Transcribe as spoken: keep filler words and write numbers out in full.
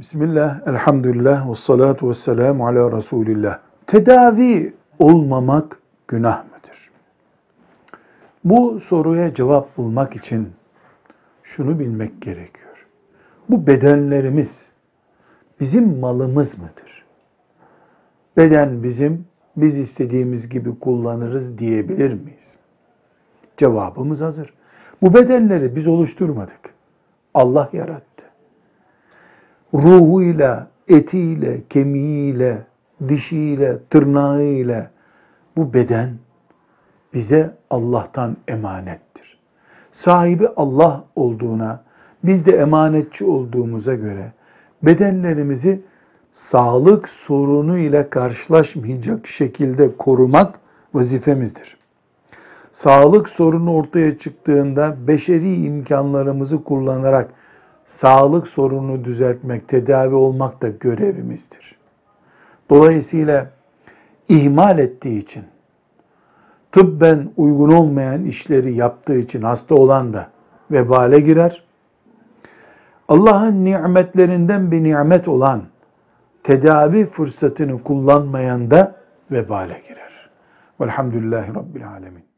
Bismillah, elhamdülillah, ve salatu ve selamu ala Resulillah. Tedavi olmamak günah mıdır? Bu soruya cevap bulmak için şunu bilmek gerekiyor. Bu bedenlerimiz bizim malımız mıdır? Beden bizim, biz istediğimiz gibi kullanırız diyebilir miyiz? Cevabımız hazır. Bu bedenleri biz oluşturmadık. Allah yarattı. Ruhuyla, etiyle, kemiğiyle, dişiyle, tırnağıyla bu beden bize Allah'tan emanettir. Sahibi Allah olduğuna, biz de emanetçi olduğumuza göre bedenlerimizi sağlık sorunu ile karşılaşmayacak şekilde korumak vazifemizdir. Sağlık sorunu ortaya çıktığında beşeri imkanlarımızı kullanarak sağlık sorununu düzeltmek, tedavi olmak da görevimizdir. Dolayısıyla ihmal ettiği için, tıbben uygun olmayan işleri yaptığı için hasta olan da vebale girer. Allah'ın nimetlerinden bir nimet olan tedavi fırsatını kullanmayan da vebale girer. Velhamdülillahi Rabbil Alemin.